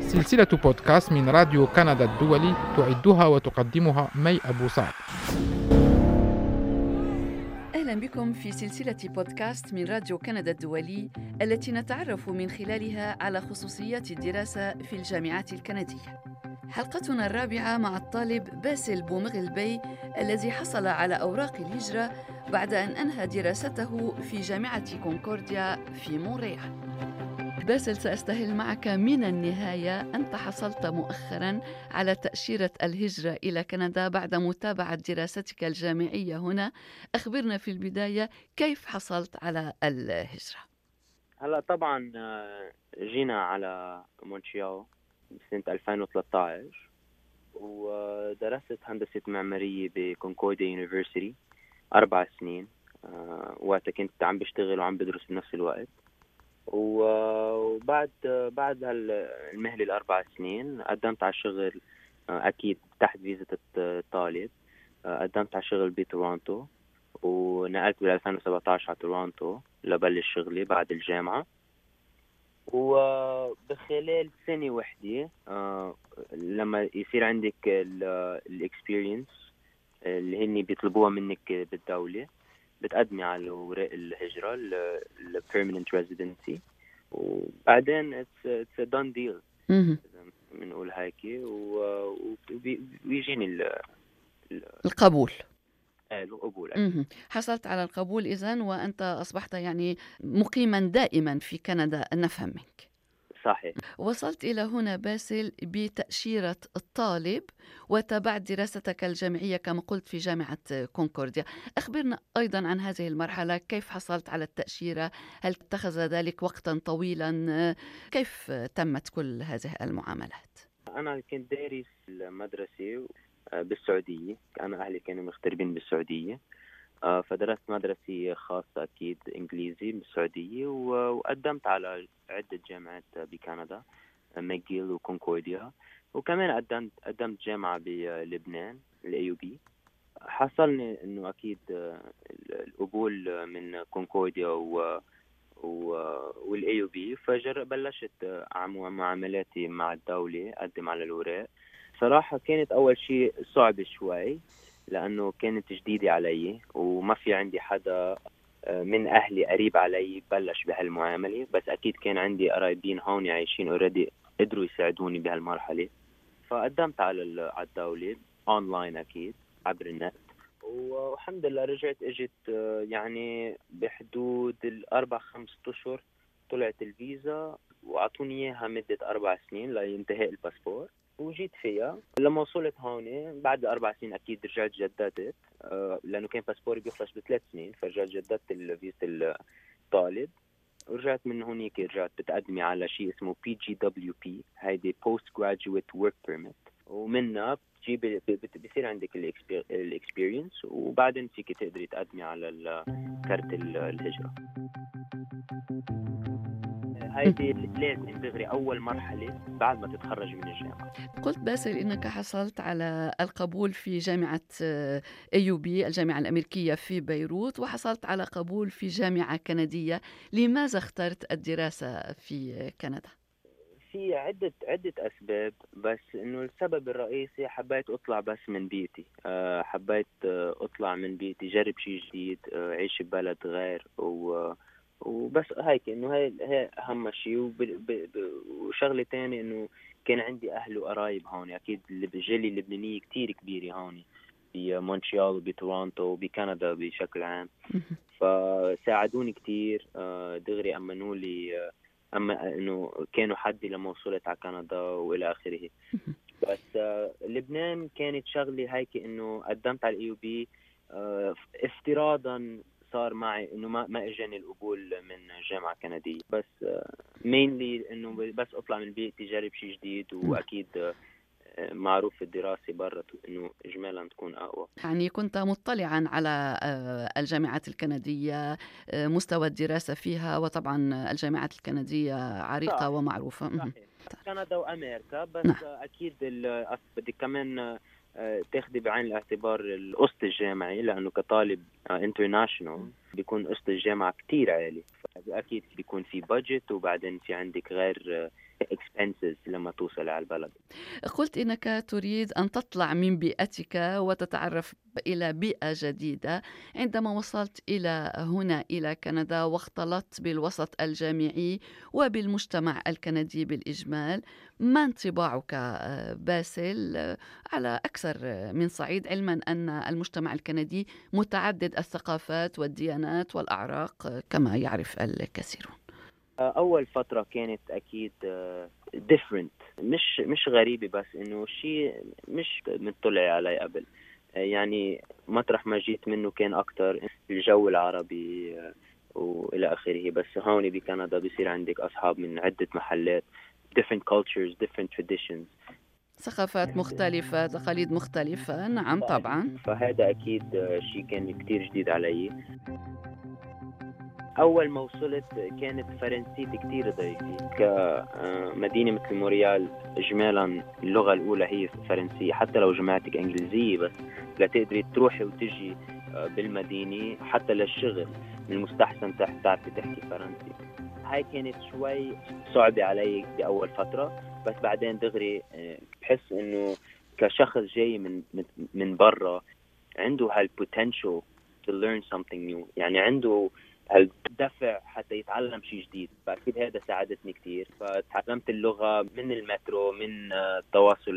سلسلة بودكاست من راديو كندا الدولي تعدها وتقدمها مي أبو سعد. أهلا بكم في سلسلة بودكاست من راديو كندا الدولي التي نتعرف من خلالها على خصوصيات الدراسة في الجامعات الكندية. حلقتنا الرابعة مع الطالب باسل بومغلبي الذي حصل على أوراق الهجرة بعد أن أنهى دراسته في جامعة كونكورديا في مونريال. باسل، سأستهل معك من النهاية. أنت حصلت مؤخراً على تأشيرة الهجرة إلى كندا بعد متابعة دراستك الجامعية هنا. أخبرنا في البداية كيف حصلت على الهجرة؟ هلا طبعا جينا على مونتريال بسنة 2013 ودرست هندسة معمارية بكونكورديا يونيفرسيتي 4 سنين. وقتها كنت عم بشتغل وعم بدرس بنفس الوقت. وبعد المهلة 4 سنين قدمت على الشغل، أكيد تحت فيزا الطالب. قدمت على الشغل بتورونتو ونقلت بال 2017 على تورونتو لبلش شغلي بعد الجامعة. وبخلال سنة واحدة لما يصير عندك الاكسبيرينس اللي هني بيطلبوها منك بالدولة، بتقدمي على اوراق الهجرة permanent residency، وبعدين it's a done deal بنقول هيك، ويجيني القبول. القبول. حصلت على القبول إذن، وأنت أصبحت يعني مقيما دائما في كندا، نفهم منك. صحيح. وصلت إلى هنا باسل بتأشيرة الطالب وتابعت دراستك الجامعية كما قلت في جامعة كونكورديا. أخبرنا أيضا عن هذه المرحلة، كيف حصلت على التأشيرة؟ هل اتخذ ذلك وقتا طويلا؟ كيف تمت كل هذه المعاملات؟ أنا كنت دارس المدرسة بالسعودية، أنا أهلي كانوا مغتربين بالسعودية، فدرست مدرسة خاصة أكيد إنجليزي بالسعودية، وقدمت على عدة جامعات بكندا، ماجيل وكونكورديا، وكمان قدمت جامعة بلبنان الAUB. حصلني إنه أكيد القبول من كونكورديا والAUB، بلشت معاملاتي مع الدولة، أقدم على الأوراق. صراحة كانت أول شيء صعب شوي لأنه كانت جديدة علي وما في عندي حدا من أهلي قريب علي بلش بهالمعاملة، بس أكيد كان عندي قرايبين هون عايشين اوريدي قدروا يساعدوني بهالمرحلة. فقدمت على الدولة أونلاين أكيد عبر النت، والحمد لله اجت يعني بحدود 4-5 أشهر طلعت الفيزا، وعطوني إياها مدة 4 سنين لينتهي الباسبور، وجيت فيها. لما وصلت هون بعد 4 سنين أكيد رجعت جددت، لأنه كان باسبوري بيخلص ب3 سنين، فرجعت جددت فيزا الطالب، ورجعت من هونيك رجعت بتقدمي على شيء اسمه PGWP، هيدي Post Graduate Work Permit، ومنها بصير عندك الاكسبيرينس، وبعدين فيك تقدري تقدمي على كارت الهجرة. هيدي لازم دغري أول مرحلة بعد ما تتخرج من الجامعة. قلت باسل إنك حصلت على القبول في جامعة AUB الجامعة الأمريكية في بيروت، وحصلت على قبول في جامعة كندية. لماذا اخترت الدراسة في كندا؟ في عدة أسباب، بس إنه السبب الرئيسي حبيت أطلع بس من بيتي. حبيت أطلع من بيتي، جرب شيء جديد، عيش ببلد غير، وبس هيك. إنه هي أهم شيء. وشغلة تاني إنه كان عندي أهل وقرايب هون، أكيد الجالية اللبنانية كتير كبيرة هون بمونتريال وبتورونتو وبكندا بشكل عام، فساعدوني كتير. دغري أمنوا لي، أما إنه كانوا حدي لما وصلت على كندا وإلى آخره. بس لبنان كانت شغلي هيك، إنه قدمت على الAUB افتراضا صار معي إنه ما إجاني القبول من جامعة كندية، بس mainly إنه بس أطلع من بيتي جرب شيء جديد، وأكيد معروف الدراسة برا إنه إجمالا تكون أقوى. يعني كنت مطلعا على الجامعات الكندية، مستوى الدراسة فيها، وطبعا الجامعات الكندية عريقة صحيح. ومعروفة. صحيح. كندا وأمريكا، بس نعم. أكيد بدك كمان تاخدي بعين الاعتبار القسط الجامعي، لأنه كطالب انترناشنال بيكون قسط الجامعة كتير عالي، أكيد بيكون في بادجت وبعدين في عندك غير expenses لما توصل على البلد. قلت إنك تريد أن تطلع من بيئتك وتتعرف إلى بيئة جديدة. عندما وصلت إلى هنا إلى كندا واختلطت بالوسط الجامعي وبالمجتمع الكندي بالإجمال، ما انطباعك باسل على أكثر من صعيد، علما أن المجتمع الكندي متعدد الثقافات والديانات والأعراق كما يعرف الكثيرون؟ أول فترة كانت أكيد different، مش غريبة، بس إنه شيء مش مطلع علي قبل. يعني مطرح ما جيت منه كان أكتر الجو العربي وإلى آخره، بس هون بكندا بيصير عندك أصحاب من عدة محلات، different cultures, different traditions، ثقافات مختلفة، تقاليد مختلفة. نعم طبعا. فهذا أكيد شيء كان كتير جديد علي. أول ما وصلت كانت فرنسيتي كتير ضعيفة، كمدينة مثل مونريال إجمالا اللغة الأولى هي فرنسية، حتى لو جماعتك إنجليزية، بس لتقدري تروحي وتجي بالمدينة حتى للشغل من المستحسن تعرفي تحكي فرنسي. هاي كانت شوي صعبة علي بأول فترة، بس بعدين دغري بحس إنه كشخص جاي من برا عنده هالبوتنشل to learn something new، يعني عنده هالدفع حتى يتعلم شيء جديد، فأكيد هذا ساعدتني كتير. فتعلمت اللغة من المترو، من التواصل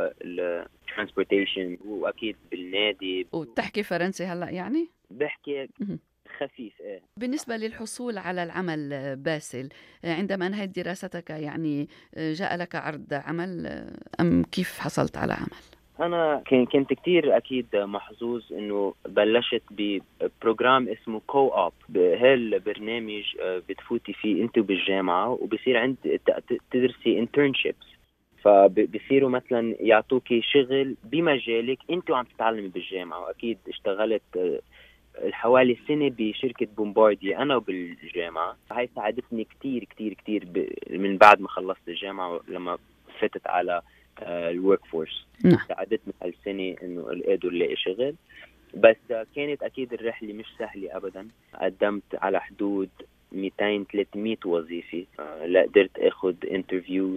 الترانسبورتيشن، وأكيد بالنادي. وتحكي فرنسي هلأ يعني؟ بحكي خفيف. بالنسبة للحصول على العمل باسل، عندما أنهيت دراستك يعني جاء لك عرض عمل أم كيف حصلت على عمل؟ أنا كنت كتير أكيد محظوظ إنه بلشت ببروجرام اسمه كو-أوب. بهالبرنامج بتفوتي فيه أنت بالجامعة وبصير عند تدرسي internships، فبصيروا مثلا يعطوكي شغل بمجالك أنت وعم تتعلمي بالجامعة. وأكيد اشتغلت حوالي سنة بشركة بومباردي أنا وبالجامعة. هاي ساعدتني كتير كتير كتير من بعد ما خلصت الجامعة لما فتت على الورك فورس. ساعدتني هالسنة إنه قادر لاقي شغل، بس كانت أكيد الرحلة مش سهلة أبدا. قدمت على حدود 200-300 وظيفة، لا قدرت أخذ انترفيوز،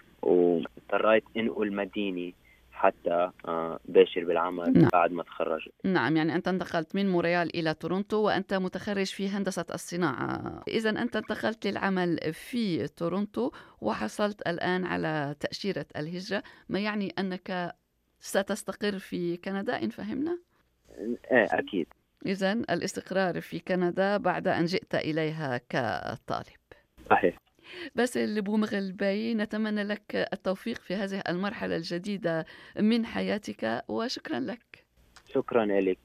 واضطريت انقل مدينة حتى باشر بالعمل بعد ما تخرجت. نعم، يعني أنت انتقلت من مونريال إلى تورونتو وأنت متخرج في هندسة الصناعة. إذا أنت انتقلت للعمل في تورونتو وحصلت الآن على تأشيرة الهجرة، ما يعني أنك ستستقر في كندا، إن فهمنا؟ أكيد. إذن الاستقرار في كندا بعد أن جئت إليها كطالب. صحيح. باسل بومغلباي، نتمنى لك التوفيق في هذه المرحلة الجديدة من حياتك، وشكرا لك. شكرا لك.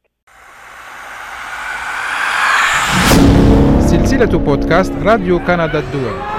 سلسلة بودكاست راديو كندا الدولي.